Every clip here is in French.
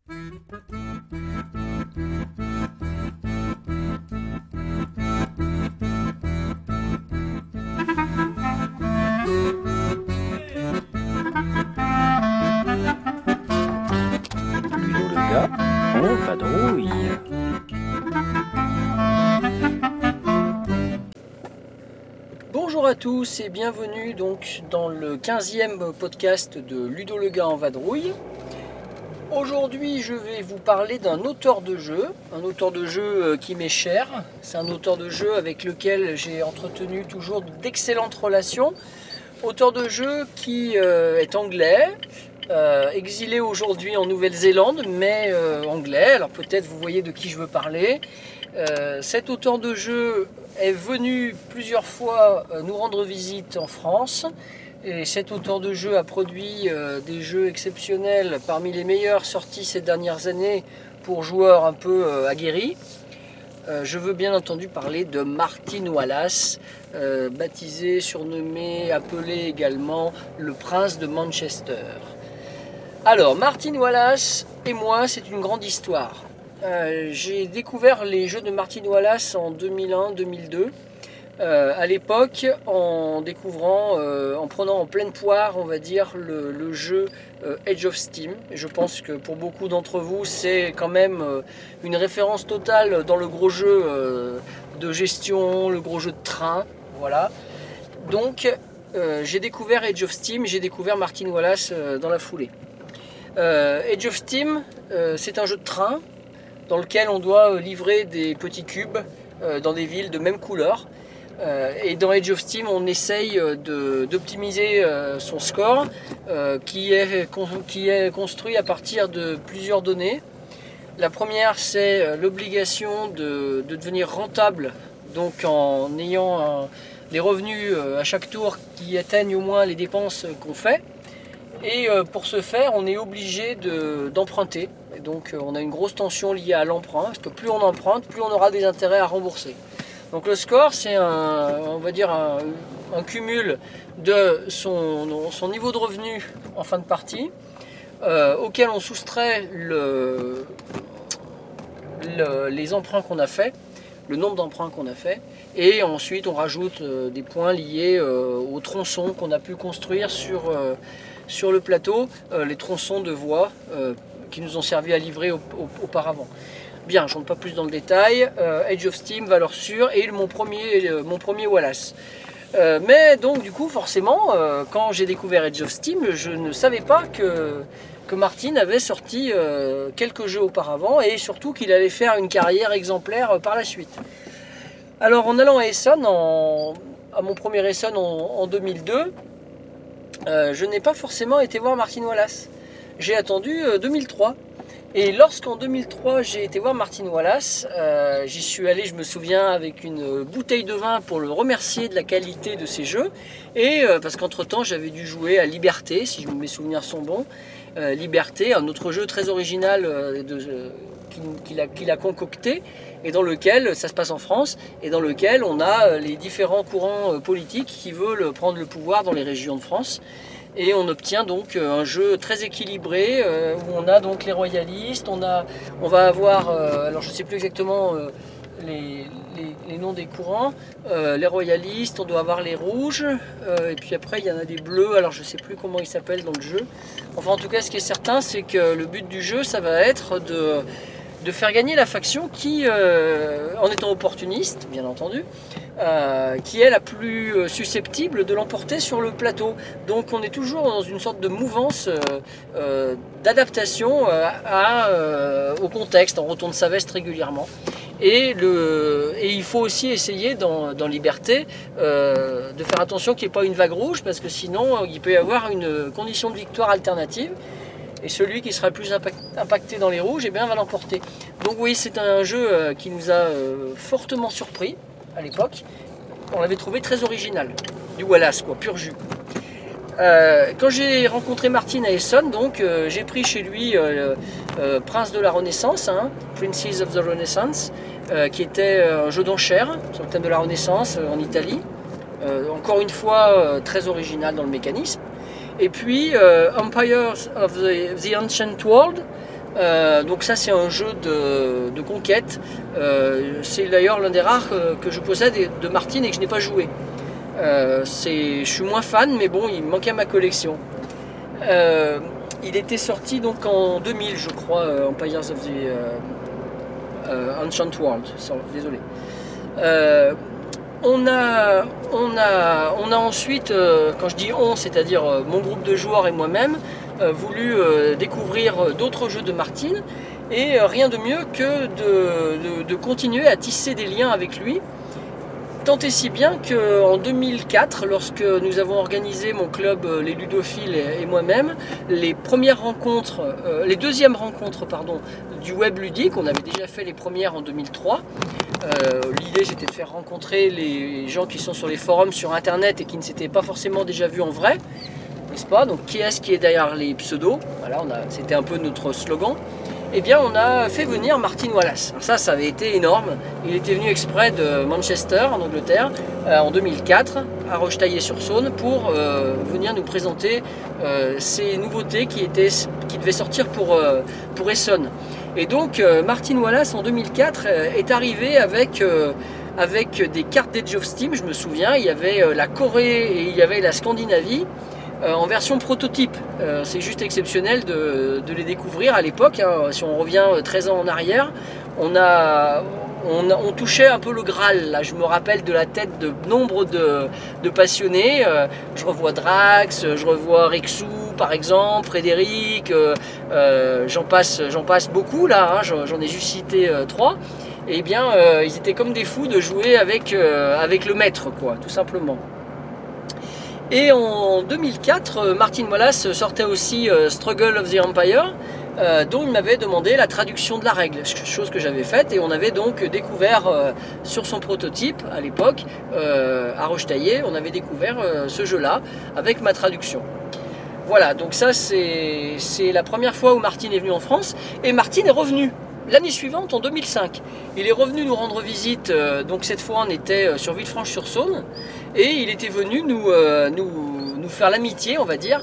Ludo le gars en vadrouille. Bonjour à tous et bienvenue donc dans le 15e podcast de Ludo le gars en vadrouille. Aujourd'hui je vais vous parler d'un auteur de jeu qui m'est cher. C'est un auteur de jeu avec lequel j'ai entretenu toujours d'excellentes relations. Auteur de jeu qui est anglais, exilé aujourd'hui en Nouvelle-Zélande, mais anglais. Alors peut-être vous voyez de qui je veux parler. Cet auteur de jeu est venu plusieurs fois nous rendre visite en France. Et cet auteur de jeu a produit des jeux exceptionnels parmi les meilleurs sortis ces dernières années pour joueurs un peu aguerris. Je veux bien entendu parler de Martin Wallace, baptisé, surnommé, appelé également le Prince de Manchester. Alors, Martin Wallace et moi, c'est une grande histoire. J'ai découvert les jeux de Martin Wallace en 2001-2002. À l'époque, en prenant en pleine poire, on va dire, le jeu Age of Steam. Je pense que pour beaucoup d'entre vous, c'est quand même une référence totale dans le gros jeu de gestion, le gros jeu de train. Voilà. Donc, j'ai découvert Age of Steam, j'ai découvert Martin Wallace dans la foulée. Age of Steam, c'est un jeu de train dans lequel on doit livrer des petits cubes dans des villes de même couleur. Et dans Age of Steam, on essaye d'optimiser son score qui est construit à partir de plusieurs données. La première, c'est l'obligation de devenir rentable, donc en ayant des revenus à chaque tour qui atteignent au moins les dépenses qu'on fait. Et pour ce faire, on est obligé d'emprunter. Et donc on a une grosse tension liée à l'emprunt, parce que plus on emprunte, plus on aura des intérêts à rembourser. Donc le score, c'est un cumul de son niveau de revenu en fin de partie, auquel on soustrait les emprunts qu'on a fait, le nombre d'emprunts qu'on a fait, et ensuite on rajoute des points liés aux tronçons qu'on a pu construire sur le plateau, les tronçons de voies qui nous ont servi à livrer auparavant. Bien, je ne rentre pas plus dans le détail. Age of Steam, valeur sûre, et mon premier Wallace. Mais donc du coup, forcément, quand j'ai découvert Age of Steam, je ne savais pas que Martin avait sorti quelques jeux auparavant, et surtout qu'il allait faire une carrière exemplaire par la suite. Alors en allant à Essonne, à mon premier Essonne en 2002, je n'ai pas forcément été voir Martin Wallace. J'ai attendu 2003. Et lorsqu'en 2003 j'ai été voir Martin Wallace, j'y suis allé, je me souviens, avec une bouteille de vin pour le remercier de la qualité de ses jeux. Et parce qu'entre temps j'avais dû jouer à Liberté, si mes souvenirs sont bons. Liberté, un autre jeu très original qu'il a concocté, et dans lequel, ça se passe en France, et dans lequel on a les différents courants politiques qui veulent prendre le pouvoir dans les régions de France. Et on obtient donc un jeu très équilibré où on a donc les royalistes, on va avoir, alors je ne sais plus exactement les noms des courants, les royalistes, on doit avoir les rouges, et puis après il y en a des bleus, alors je ne sais plus comment ils s'appellent dans le jeu. Enfin en tout cas ce qui est certain, c'est que le but du jeu, ça va être de faire gagner la faction qui, en étant opportuniste, bien entendu, qui est la plus susceptible de l'emporter sur le plateau. Donc on est toujours dans une sorte de mouvance d'adaptation au contexte. On retourne sa veste régulièrement. Et il faut aussi essayer dans Liberté de faire attention qu'il n'y ait pas une vague rouge, parce que sinon il peut y avoir une condition de victoire alternative. Et celui qui sera le plus impacté dans les rouges, va l'emporter. Donc oui, c'est un jeu qui nous a fortement surpris à l'époque. On l'avait trouvé très original. Du Wallace, quoi, pur jus. Quand j'ai rencontré Martin à Essonne, donc j'ai pris chez lui Prince de la Renaissance, Princes of the Renaissance, qui était un jeu d'enchères sur le thème de la Renaissance en Italie. Encore une fois, très original dans le mécanisme. Et puis Empires of the Ancient World, Donc ça c'est un jeu de conquête. C'est d'ailleurs l'un des rares que je possède de Martine et que je n'ai pas joué. Je suis moins fan, mais bon, il me manquait à ma collection. Il était sorti donc en 2000, je crois, Empires of the Ancient World. Désolé. On a ensuite, quand je dis on, c'est-à-dire mon groupe de joueurs et moi-même, voulu découvrir d'autres jeux de Martine, et rien de mieux que de continuer à tisser des liens avec lui. Tant et si bien qu'en 2004, lorsque nous avons organisé mon club, les ludophiles et moi-même, les deuxièmes rencontres du web ludique, on avait déjà fait les premières en 2003. L'idée c'était de faire rencontrer les gens qui sont sur les forums sur internet et qui ne s'étaient pas forcément déjà vus en vrai, n'est-ce pas? Donc qui est derrière les pseudos? Voilà, c'était un peu notre slogan. Eh bien, on a fait venir Martin Wallace. Alors ça avait été énorme. Il était venu exprès de Manchester, en Angleterre, en 2004, à Rochetaillé-sur-Saône, pour venir nous présenter ces nouveautés qui devaient sortir pour Essonne. Et donc, Martin Wallace, en 2004, est arrivé avec des cartes d'Age of Steam, je me souviens. Il y avait la Corée et il y avait la Scandinavie. En version prototype. C'est juste exceptionnel de les découvrir à l'époque. Si on revient 13 ans en arrière, on touchait un peu le Graal. Là, je me rappelle de la tête de nombre de passionnés. Je revois Drax, je revois Rexou par exemple, Frédéric, j'en passe beaucoup là, j'en ai juste cité 3. Et bien, ils étaient comme des fous de jouer avec le maître, quoi, tout simplement. Et en 2004, Martin Wallace sortait aussi Struggle of the Empire, dont il m'avait demandé la traduction de la règle, chose que j'avais faite, et on avait donc découvert sur son prototype à l'époque, à Rochetaillé, on avait découvert ce jeu-là avec ma traduction. Voilà, donc ça c'est la première fois où Martin est venu en France, et Martin est revenu. L'année suivante, en 2005, il est revenu nous rendre visite, donc cette fois on était sur Villefranche-sur-Saône, et il était venu nous faire l'amitié, on va dire,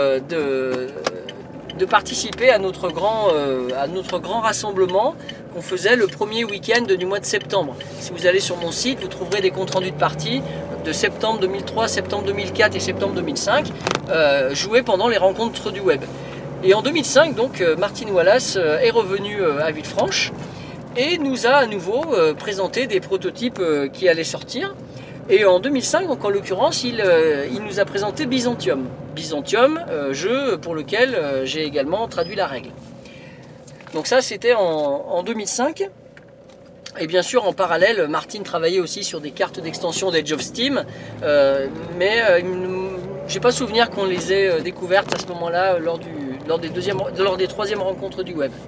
de participer à notre grand rassemblement qu'on faisait le premier week-end du mois de septembre. Si vous allez sur mon site, vous trouverez des comptes rendus de parties de septembre 2003, septembre 2004 et septembre 2005, joués pendant les rencontres du web. Et en 2005, donc, Martin Wallace est revenu à Villefranche et nous a à nouveau présenté des prototypes qui allaient sortir. Et en 2005, donc en l'occurrence, il nous a présenté Byzantium. Byzantium, jeu pour lequel j'ai également traduit la règle. Donc ça, c'était en 2005. Et bien sûr, en parallèle, Martin travaillait aussi sur des cartes d'extension d'Age of Steam, mais j'ai pas souvenir qu'on les ait découvertes à ce moment-là lors des troisièmes rencontres du web.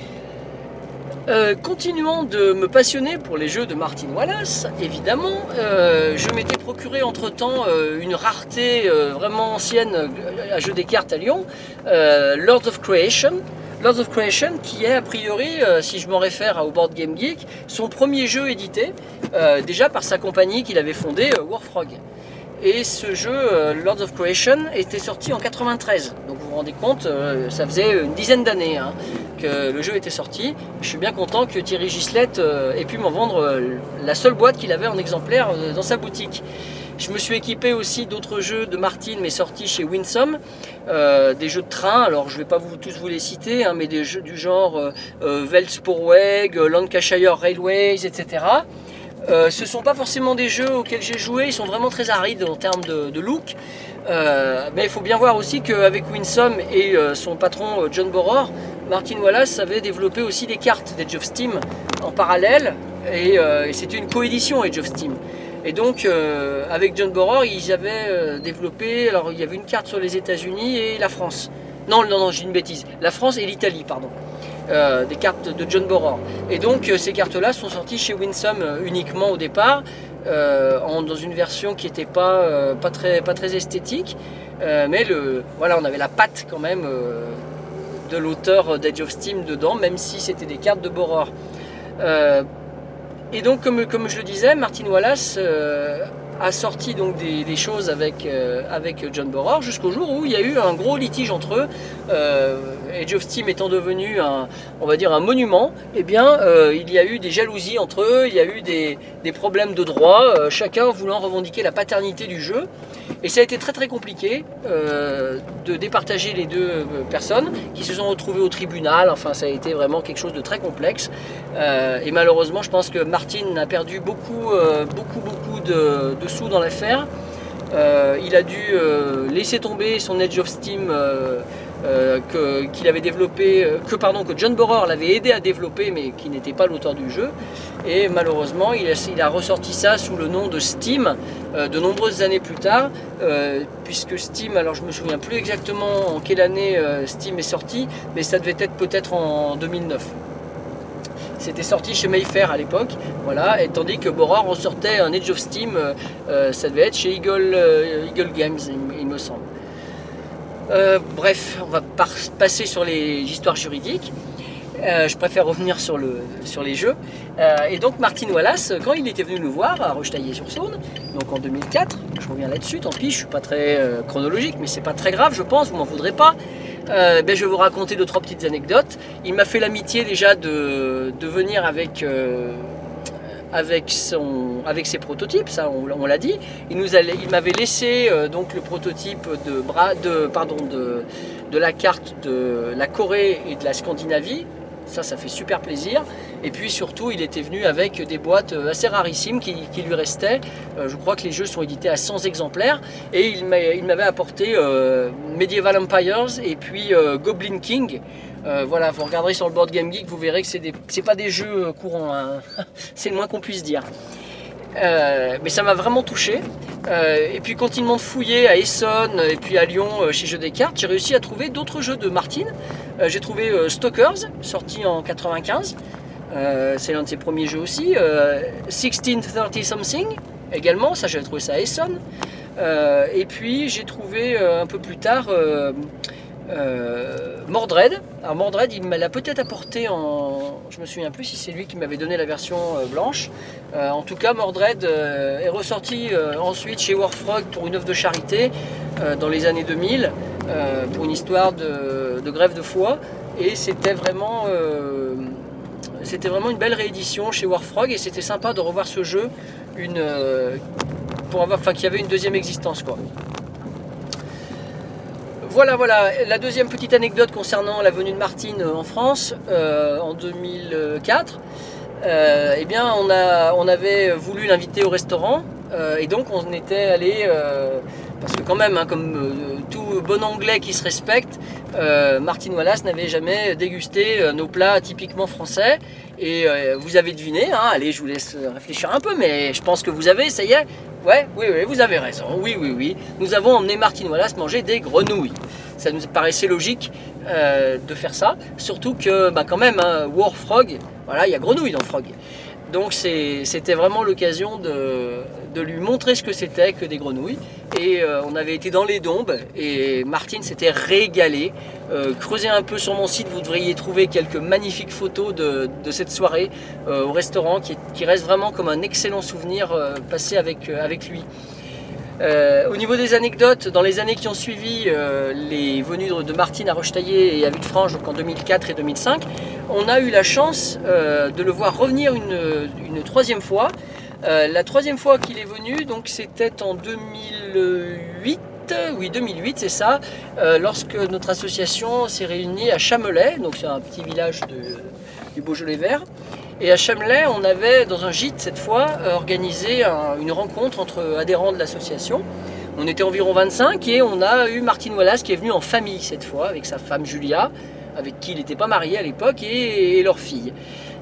Continuant de me passionner pour les jeux de Martin Wallace, évidemment, je m'étais procuré entre-temps une rareté vraiment ancienne à jeu des cartes à Lyon, Lords of Creation. Lords of Creation, qui est a priori, si je m'en réfère au Board Game Geek, son premier jeu édité, déjà par sa compagnie qu'il avait fondée, Warfrog. Et ce jeu, Lords of Creation, était sorti en 93. Donc vous vous rendez compte, ça faisait une dizaine d'années que le jeu était sorti. Je suis bien content que Thierry Gislette ait pu m'en vendre la seule boîte qu'il avait en exemplaire dans sa boutique. Je me suis équipé aussi d'autres jeux de Martin, mais sortis chez Winsome, des jeux de train. Alors je ne vais pas tous vous les citer, mais des jeux du genre Velsporweg, Lancashire Railways, etc. Ce ne sont pas forcément des jeux auxquels j'ai joué, ils sont vraiment très arides en termes de look. Mais il faut bien voir aussi qu'avec Winsome et son patron John Boror, Martin Wallace avait développé aussi des cartes d'Age of Steam en parallèle, et c'était une coédition Age of Steam. Et donc avec John Boror, ils avaient développé, alors il y avait une carte sur les États-Unis et la France. Non, j'ai une bêtise. La France et l'Italie, pardon. Des cartes de John Boror. Et donc ces cartes-là sont sorties chez Winsome uniquement au départ, dans une version qui n'était pas très esthétique, mais voilà, on avait la patte quand même de l'auteur d'Age of Steam dedans, même si c'était des cartes de Boror. Et donc comme je le disais, Martin Wallace a sorti donc des choses avec John Borror jusqu'au jour où il y a eu un gros litige entre eux. Age of Steam étant devenu on va dire un monument, eh bien il y a eu des jalousies entre eux, il y a eu des problèmes de droit, chacun voulant revendiquer la paternité du jeu. Et ça a été très très compliqué de départager les deux personnes qui se sont retrouvées au tribunal. Enfin, ça a été vraiment quelque chose de très complexe. Et malheureusement, je pense que Martin a perdu beaucoup de sous dans l'affaire. Il a dû laisser tomber son Age of Steam qu'il avait développé, que John Borror l'avait aidé à développer, mais qui n'était pas l'auteur du jeu. Et malheureusement, il a ressorti ça sous le nom de Steam de nombreuses années plus tard, puisque Steam, alors je me souviens plus exactement en quelle année Steam est sorti, mais ça devait être peut-être en 2009. C'était sorti chez Mayfair à l'époque, voilà, et tandis que Borror ressortait un Age of Steam, ça devait être chez Eagle Games, il me semble. Bref, on va passer sur les histoires juridiques. Je préfère revenir sur les jeux. Et donc Martin Wallace, quand il était venu nous voir à Rochetaillé-sur-Saône, donc en 2004, je reviens là-dessus, tant pis, je suis pas très chronologique, mais c'est pas très grave, je pense, vous m'en voudrez pas. Je vais vous raconter 2-3 petites anecdotes. Il m'a fait l'amitié déjà de venir avec ses prototypes, ça on l'a dit. Il m'avait laissé donc le prototype de la carte de la Corée et de la Scandinavie. Ça fait super plaisir. Et puis surtout, il était venu avec des boîtes assez rarissimes qui lui restaient. Je crois que les jeux sont édités à 100 exemplaires. Et il m'avait apporté Medieval Empires et puis Goblin King. Voilà, vous regarderez sur le Board Game Geek, vous verrez que c'est pas des jeux courants, hein. C'est le moins qu'on puisse dire. Mais ça m'a vraiment touché. Et puis continuant de fouiller à Essonne et puis à Lyon chez Jeux des Cartes, j'ai réussi à trouver d'autres jeux de Martin. J'ai trouvé Stalkers, sorti en 95. C'est l'un de ses premiers jeux aussi. 1630 Something, également, ça j'avais trouvé ça à Essonne. Et puis j'ai trouvé un peu plus tard Mordred. Alors Mordred, il me l'a peut-être apporté je me souviens plus si c'est lui qui m'avait donné la version blanche. En tout cas, Mordred est ressorti ensuite chez Warfrog pour une œuvre de charité dans les années 2000 pour une histoire de grève de foie. Et c'était vraiment une belle réédition chez Warfrog et c'était sympa de revoir ce jeu qu'il y avait une deuxième existence, quoi. Voilà, la deuxième petite anecdote concernant la venue de Martin en France en 2004. Eh bien, on avait voulu l'inviter au restaurant et donc on était allé, parce que quand même, hein, comme tout bon anglais qui se respecte, Martin Wallace n'avait jamais dégusté nos plats typiquement français. Et vous avez deviné, hein, allez, je vous laisse réfléchir un peu, mais je pense que vous avez, ça y est. Ouais, oui, vous avez raison, oui. Nous avons emmené Martin Wallace manger des grenouilles. Ça nous paraissait logique de faire ça, surtout que quand même, hein, Warfrog, voilà, il y a grenouille dans Frog. Donc c'était vraiment l'occasion de lui montrer ce que c'était que des grenouilles. Et on avait été dans les Dombes et Martin s'était régalé. Creusez un peu sur mon site, vous devriez trouver quelques magnifiques photos de cette soirée au restaurant qui reste vraiment comme un excellent souvenir passé avec lui. Au niveau des anecdotes, dans les années qui ont suivi les venues de Martin à Rochetaillé et à Villefranche, donc en 2004 et 2005, on a eu la chance de le voir revenir une troisième fois. La troisième fois qu'il est venu, donc c'était en 2008. Oui, 2008, c'est ça, lorsque notre association s'est réunie à Chamelais, donc c'est un petit village du Beaujolais vert. Et à Chamelais, on avait, dans un gîte cette fois, organisé une rencontre entre adhérents de l'association. On était environ 25 et on a eu Martin Wallace qui est venu en famille cette fois, avec sa femme Julia, avec qui il n'était pas marié à l'époque, et leur fille.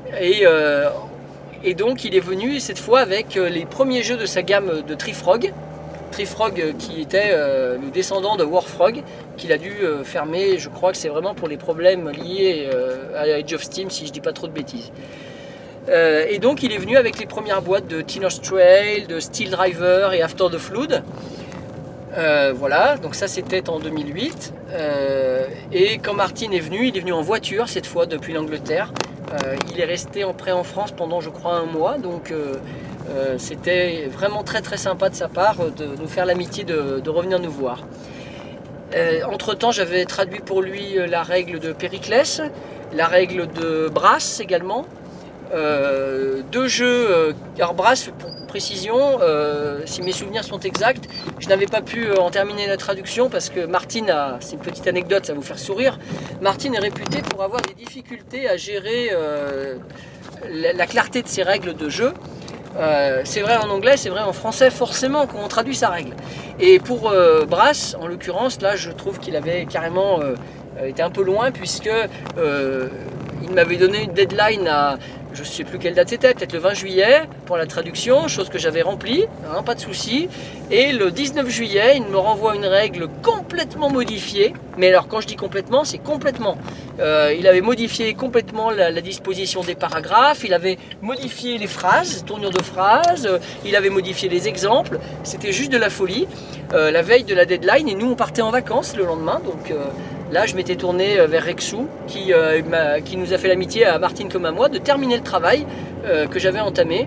Et donc il est venu cette fois avec les premiers jeux de sa gamme de Trifrog. Trifrog qui était le descendant de Warfrog, qu'il a dû fermer, je crois que c'est vraiment pour les problèmes liés à Age of Steam, si je ne dis pas trop de bêtises. Et donc il est venu avec les premières boîtes de Tinner's Trail, de Steel Driver et After the Flood. Voilà, donc ça c'était en 2008. Et quand Martin est venu, il est venu en voiture cette fois depuis l'Angleterre. Il est resté en France pendant je crois un mois, donc C'était vraiment très très sympa de sa part de nous faire l'amitié de revenir nous voir. Entre-temps, j'avais traduit pour lui la règle de Périclès, la règle de Brasse également. Deux jeux, alors Brasse, pour précision, si mes souvenirs sont exacts, je n'avais pas pu en terminer la traduction parce que Martine c'est une petite anecdote, ça va vous faire sourire, Martine est réputée pour avoir des difficultés à gérer la clarté de ses règles de jeu. C'est vrai en anglais, c'est vrai en français, forcément quand on traduit sa règle. Et pour Brasse, en l'occurrence, là je trouve qu'il avait carrément été un peu loin puisque il m'avait donné une deadline à, je ne sais plus quelle date c'était, peut-être le 20 juillet pour la traduction, chose que j'avais remplie, hein, pas de souci. Et le 19 juillet, il me renvoie une règle complètement modifiée. Mais alors quand je dis complètement, c'est complètement. Il avait modifié complètement la disposition des paragraphes, il avait modifié les phrases, tournure de phrases, il avait modifié les exemples. C'était juste de la folie. La veille de la deadline, et nous on partait en vacances le lendemain, donc... Là, je m'étais tourné vers Rexou, qui nous a fait l'amitié à Martine comme à moi de terminer le travail que j'avais entamé.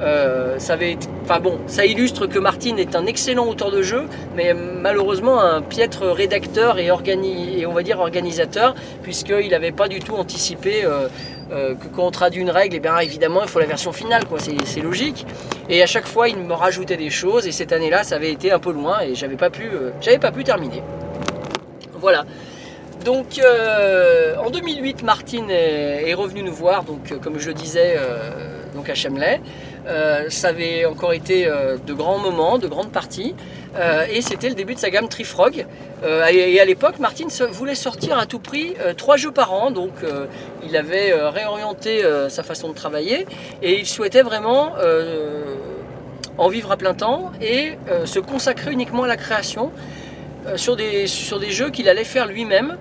Ça illustre que Martine est un excellent auteur de jeu, mais malheureusement un piètre rédacteur et on va dire organisateur, puisqu'il n'avait pas du tout anticipé que quand on traduit une règle, eh bien, évidemment, il faut la version finale, quoi. C'est logique. Et à chaque fois, il me rajoutait des choses, et cette année-là, ça avait été un peu loin, et j'avais pas pu terminer. Voilà. Donc en 2008, Martine est revenue nous voir, donc, comme je le disais, donc à Chamelais. Ça avait encore été de grands moments, de grandes parties, et c'était le début de sa gamme Trifrog. Et à l'époque, Martine voulait sortir à tout prix 3 jeux par an, donc il avait réorienté sa façon de travailler, et il souhaitait vraiment en vivre à plein temps et se consacrer uniquement à la création. Sur des jeux qu'il allait faire lui-même,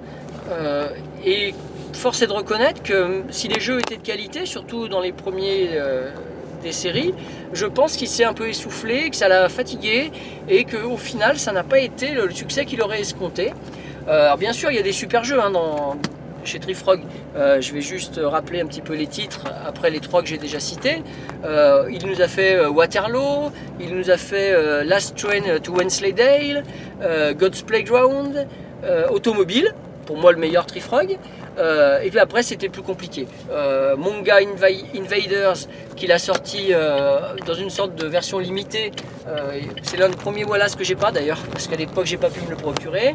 et force est de reconnaître que si les jeux étaient de qualité, surtout dans les premiers des séries, je pense qu'il s'est un peu essoufflé, que ça l'a fatigué et qu'au final ça n'a pas été le succès qu'il aurait escompté. Alors bien sûr il y a des super jeux chez Trifrog. Je vais juste rappeler un petit peu les titres après les 3 que j'ai déjà cités. Il nous a fait Waterloo, il nous a fait Last Train to Wensleydale, God's Playground, Automobile, pour moi le meilleur Trifrog. Et puis après c'était plus compliqué. Manga Invaders qu'il a sorti dans une sorte de version limitée. C'est l'un des premiers Wallace que j'ai pas d'ailleurs, parce qu'à l'époque j'ai pas pu me le procurer.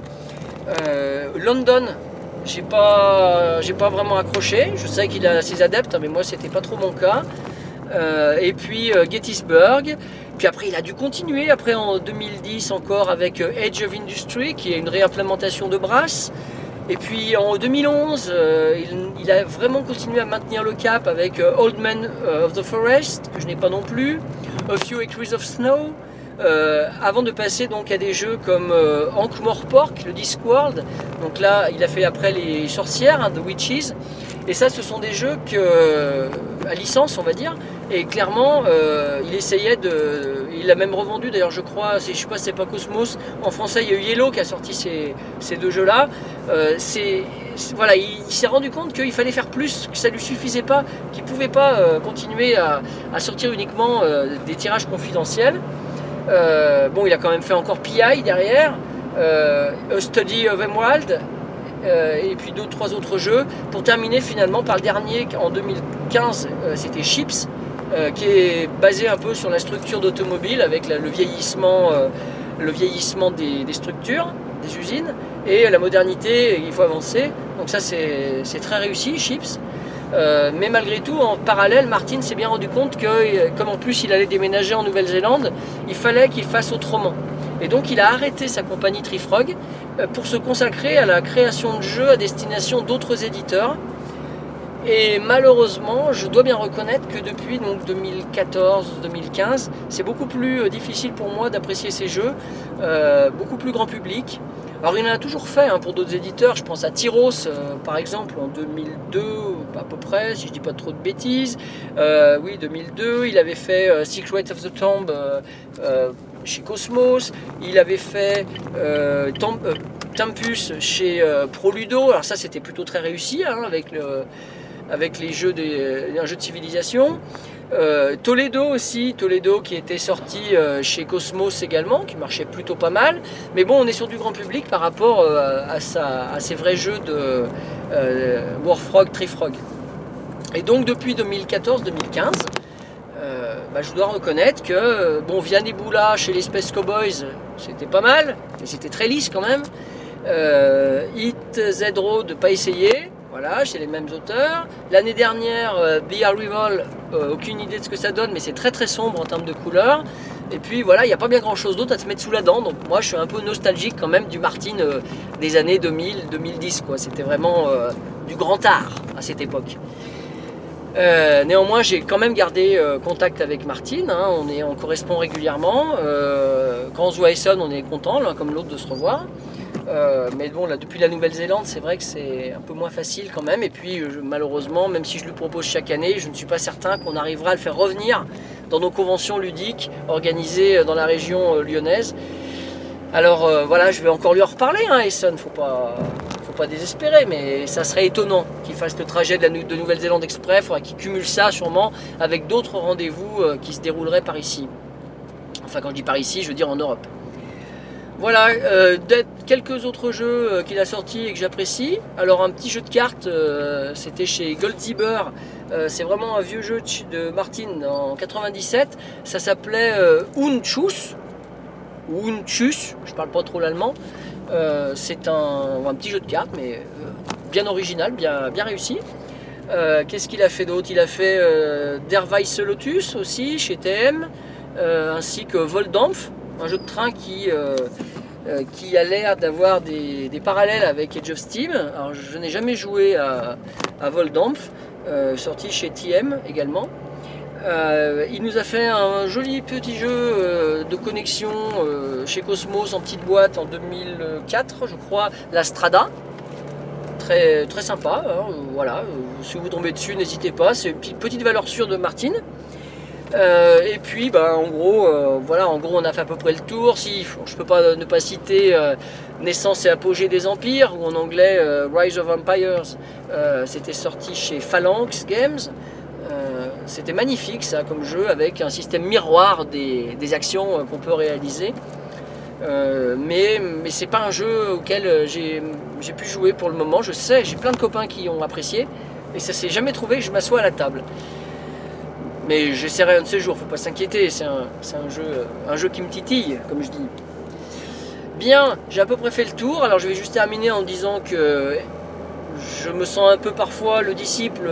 London, j'ai pas vraiment accroché. Je sais qu'il a ses adeptes, mais moi c'était pas trop mon cas. Et puis Gettysburg. Puis après il a dû continuer après en 2010 encore avec Age of Industry, qui est une réimplémentation de Brass. Et puis en 2011 il a vraiment continué à maintenir le cap avec Old Man of the Forest, que je n'ai pas non plus, A Few Acres of Snow, avant de passer donc à des jeux comme Ankh-Morpork, le Discworld. Donc là il a fait après les sorcières, The Witches. Et ça ce sont des jeux à licence on va dire. Et clairement il essayait il l'a même revendu d'ailleurs je crois, je sais pas si c'est pas Cosmos, en français il y a eu Yellow qui a sorti ces 2 jeux là. Voilà, il s'est rendu compte qu'il fallait faire plus, que ça lui suffisait pas, qu'il pouvait pas continuer à sortir uniquement des tirages confidentiels. Bon il a quand même fait encore PI derrière, A Study of Emerald, et puis 2-3 autres jeux, pour terminer finalement par le dernier en 2015, c'était Chips, qui est basé un peu sur la structure d'automobile avec le vieillissement des structures, des usines, et la modernité, il faut avancer. Donc ça c'est très réussi, Chips. Mais malgré tout, en parallèle, Martine s'est bien rendu compte que, comme en plus il allait déménager en Nouvelle-Zélande, il fallait qu'il fasse autrement. Et donc il a arrêté sa compagnie Trifrog pour se consacrer à la création de jeux à destination d'autres éditeurs. Et malheureusement, je dois bien reconnaître que depuis 2014-2015, c'est beaucoup plus difficile pour moi d'apprécier ces jeux, beaucoup plus grand public. Alors il en a toujours fait pour d'autres éditeurs, je pense à Tyros par exemple en 2002 à peu près, si je dis pas trop de bêtises. Oui, 2002, il avait fait Secret of the Tomb chez Cosmos, il avait fait Tempus chez Proludo, alors ça c'était plutôt très réussi avec avec un jeu de civilisation. Toledo aussi, Toledo qui était sorti chez Cosmos également, qui marchait plutôt pas mal. Mais bon, on est sur du grand public par rapport à ces vrais jeux de Warfrog, Treefrog. Et donc depuis 2014-2015, je dois reconnaître que Vianeboula chez les Space Cowboys, c'était pas mal, mais c'était très lisse quand même. Hit Z Road, pas essayé. Voilà, chez les mêmes auteurs. L'année dernière, Be Arrival, aucune idée de ce que ça donne, mais c'est très très sombre en termes de couleurs. Et puis voilà, il n'y a pas bien grand chose d'autre à se mettre sous la dent. Donc moi, je suis un peu nostalgique quand même du Martin des années 2000-2010. C'était vraiment du grand art à cette époque. Néanmoins, j'ai quand même gardé contact avec Martin. On correspond régulièrement. Quand on se voit à Essonne, on est content, l'un comme l'autre, de se revoir. Mais bon, là, depuis la Nouvelle-Zélande, c'est vrai que c'est un peu moins facile quand même. Et puis, malheureusement, même si je lui propose chaque année, je ne suis pas certain qu'on arrivera à le faire revenir dans nos conventions ludiques organisées dans la région lyonnaise. Alors voilà, je vais encore lui en reparler, Essonne, faut pas désespérer, mais ça serait étonnant qu'il fasse le trajet de Nouvelle-Zélande exprès. Il faudra qu'il cumule ça sûrement avec d'autres rendez-vous qui se dérouleraient par ici. Enfin, quand je dis par ici, je veux dire en Europe. Voilà, quelques autres jeux qu'il a sortis et que j'apprécie. Alors un petit jeu de cartes, c'était chez Goldzebber. C'est vraiment un vieux jeu de Martin en 97. Ça s'appelait Unchus, ou Unchus, je parle pas trop l'allemand. C'est un petit jeu de cartes, mais bien original, bien réussi. Qu'est-ce qu'il a fait d'autre? Il a fait Der Weiße Lotus aussi chez TM, ainsi que Voldampf, un jeu de train qui a l'air d'avoir des parallèles avec Age of Steam. Alors, je n'ai jamais joué à Voldampf, sorti chez TM également. Il nous a fait un joli petit jeu de connexion chez Cosmos en petite boîte en 2004, je crois, la Strada. Très, très sympa, voilà. Si vous tombez dessus, n'hésitez pas, c'est une petite valeur sûre de Martin. Et puis en gros on a fait à peu près le tour. Si je peux pas ne pas citer Naissance et apogée des empires, ou en anglais Rise of Empires, c'était sorti chez Phalanx Games. C'était magnifique ça comme jeu, avec un système miroir des actions qu'on peut réaliser. Mais c'est pas un jeu auquel j'ai pu jouer pour le moment. Je sais, j'ai plein de copains qui ont apprécié, et ça s'est jamais trouvé que je m'assois à la table. Mais j'essaierai un de ces jours, faut pas s'inquiéter, c'est un jeu qui me titille, comme je dis. Bien, j'ai à peu près fait le tour. Alors je vais juste terminer en disant que je me sens un peu parfois le disciple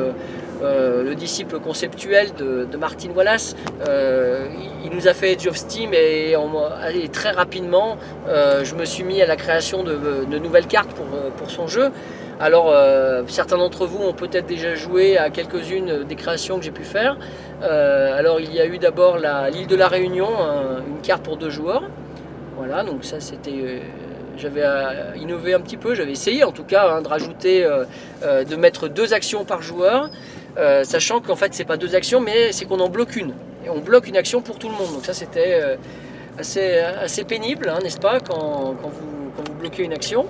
conceptuel de Martin Wallace. Il nous a fait Age of Steam, et très rapidement je me suis mis à la création de nouvelles cartes pour son jeu. Alors certains d'entre vous ont peut-être déjà joué à quelques-unes des créations que j'ai pu faire. Alors il y a eu d'abord l'île de la Réunion, une carte pour 2 joueurs. Voilà, donc ça c'était... j'avais innové un petit peu, j'avais essayé en tout cas de rajouter, de mettre 2 actions par joueur, sachant qu'en fait c'est pas 2 actions, mais c'est qu'on en bloque une. Et on bloque une action pour tout le monde. Donc ça c'était assez pénible, n'est-ce pas, quand vous bloquez une action.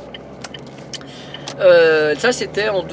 Ça c'était en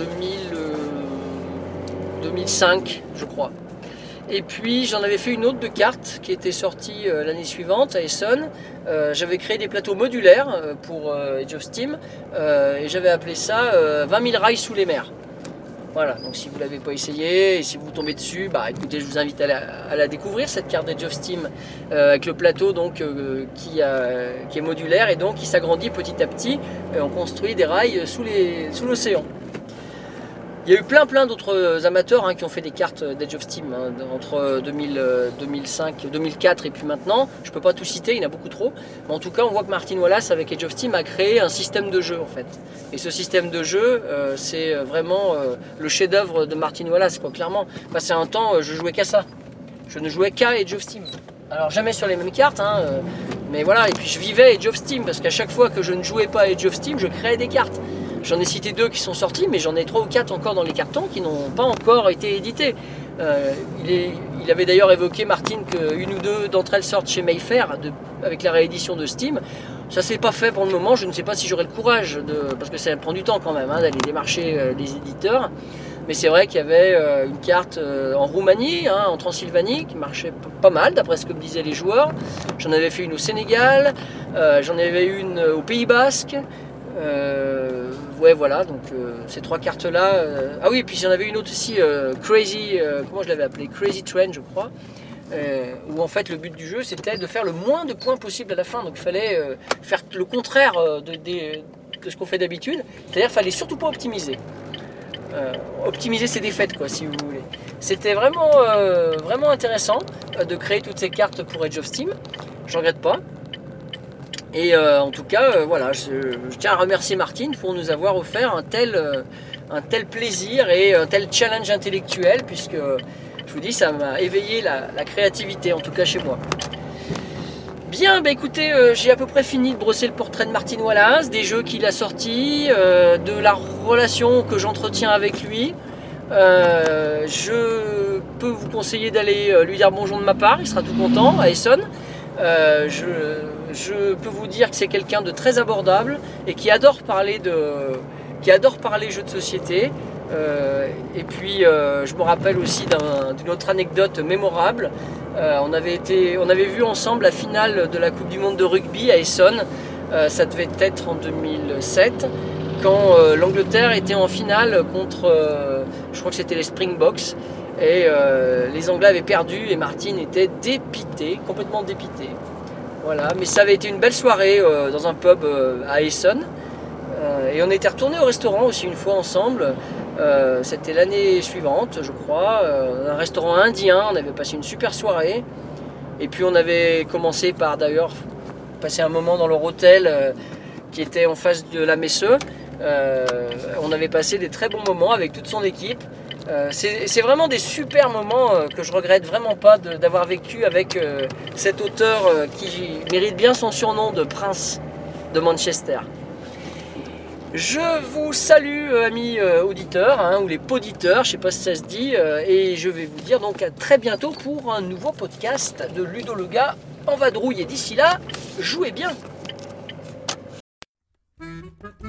2005 je crois. Et puis j'en avais fait une autre de cartes qui était sortie l'année suivante à Essonne. J'avais créé des plateaux modulaires pour Age of Steam, et j'avais appelé ça 20 000 rails sous les mers. Voilà, donc si vous ne l'avez pas essayé et si vous tombez dessus, écoutez, je vous invite à la découvrir, cette carte d'Age of Steam, avec le plateau donc, qui est modulaire et donc qui s'agrandit petit à petit, et on construit des rails sous l'océan. Il y a eu plein d'autres amateurs qui ont fait des cartes d'Age of Steam entre 2005, 2004 et puis maintenant. Je ne peux pas tout citer, il y en a beaucoup trop. Mais en tout cas, on voit que Martin Wallace, avec Age of Steam, a créé un système de jeu en fait. Et ce système de jeu, c'est vraiment le chef-d'œuvre de Martin Wallace, quoi, clairement. Passé un temps, je jouais qu'à ça. Je ne jouais qu'à Age of Steam. Alors jamais sur les mêmes cartes, mais voilà. Et puis je vivais Age of Steam, parce qu'à chaque fois que je ne jouais pas à Age of Steam, je créais des cartes. J'en ai cité 2 qui sont sortis, mais j'en ai 3 ou 4 encore dans les cartons qui n'ont pas encore été édités. Il avait d'ailleurs évoqué, Martin, qu'une ou 2 d'entre elles sortent chez Mayfair avec la réédition de Steam. Ça s'est pas fait pour le moment, je ne sais pas si j'aurai le courage, parce que ça prend du temps quand même d'aller démarcher les éditeurs. Mais c'est vrai qu'il y avait une carte en Roumanie, hein, en Transylvanie, qui marchait pas mal, d'après ce que me disaient les joueurs. J'en avais fait une au Sénégal, j'en avais une au Pays Basque. Ouais, voilà, donc ces 3 cartes-là. Ah oui, et puis j'en avais une autre aussi, Crazy, comment je l'avais appelé, Crazy Train, je crois. Où en fait le but du jeu c'était de faire le moins de points possible à la fin, donc il fallait faire le contraire de ce qu'on fait d'habitude, c'est-à-dire qu'il fallait surtout pas optimiser. Optimiser ses défaites, quoi, si vous voulez. C'était vraiment, vraiment intéressant de créer toutes ces cartes pour Age of Steam, je regrette pas. Et en tout cas, voilà, je tiens à remercier Martine pour nous avoir offert un tel plaisir et un tel challenge intellectuel, puisque je vous dis, ça m'a éveillé la créativité, en tout cas chez moi. Bien, bah écoutez, j'ai à peu près fini de brosser le portrait de Martin Wallace, des jeux qu'il a sortis, de la relation que j'entretiens avec lui. Je peux vous conseiller d'aller lui dire bonjour de ma part, il sera tout content, à Essonne. Je peux vous dire que c'est quelqu'un de très abordable et qui adore parler jeux de société. Et puis je me rappelle aussi d'une autre anecdote mémorable. On avait vu ensemble la finale de la Coupe du Monde de rugby à Essonne. Ça devait être en 2007, quand l'Angleterre était en finale contre, je crois que c'était les Springboks. Et les Anglais avaient perdu et Martine était dépité, complètement dépité. Voilà, mais ça avait été une belle soirée dans un pub à Essonne. Et on était retourné au restaurant aussi une fois ensemble. C'était l'année suivante, je crois. Un restaurant indien, on avait passé une super soirée. Et puis on avait commencé par d'ailleurs passer un moment dans leur hôtel qui était en face de la Messe. On avait passé des très bons moments avec toute son équipe. C'est vraiment des super moments que je regrette vraiment pas d'avoir vécu avec cet auteur qui mérite bien son surnom de Prince de Manchester. Je vous salue amis auditeurs, hein, ou les poditeurs, je ne sais pas si ça se dit, et je vais vous dire donc à très bientôt pour un nouveau podcast de Ludo le gars en vadrouille. Et d'ici là, jouez bien.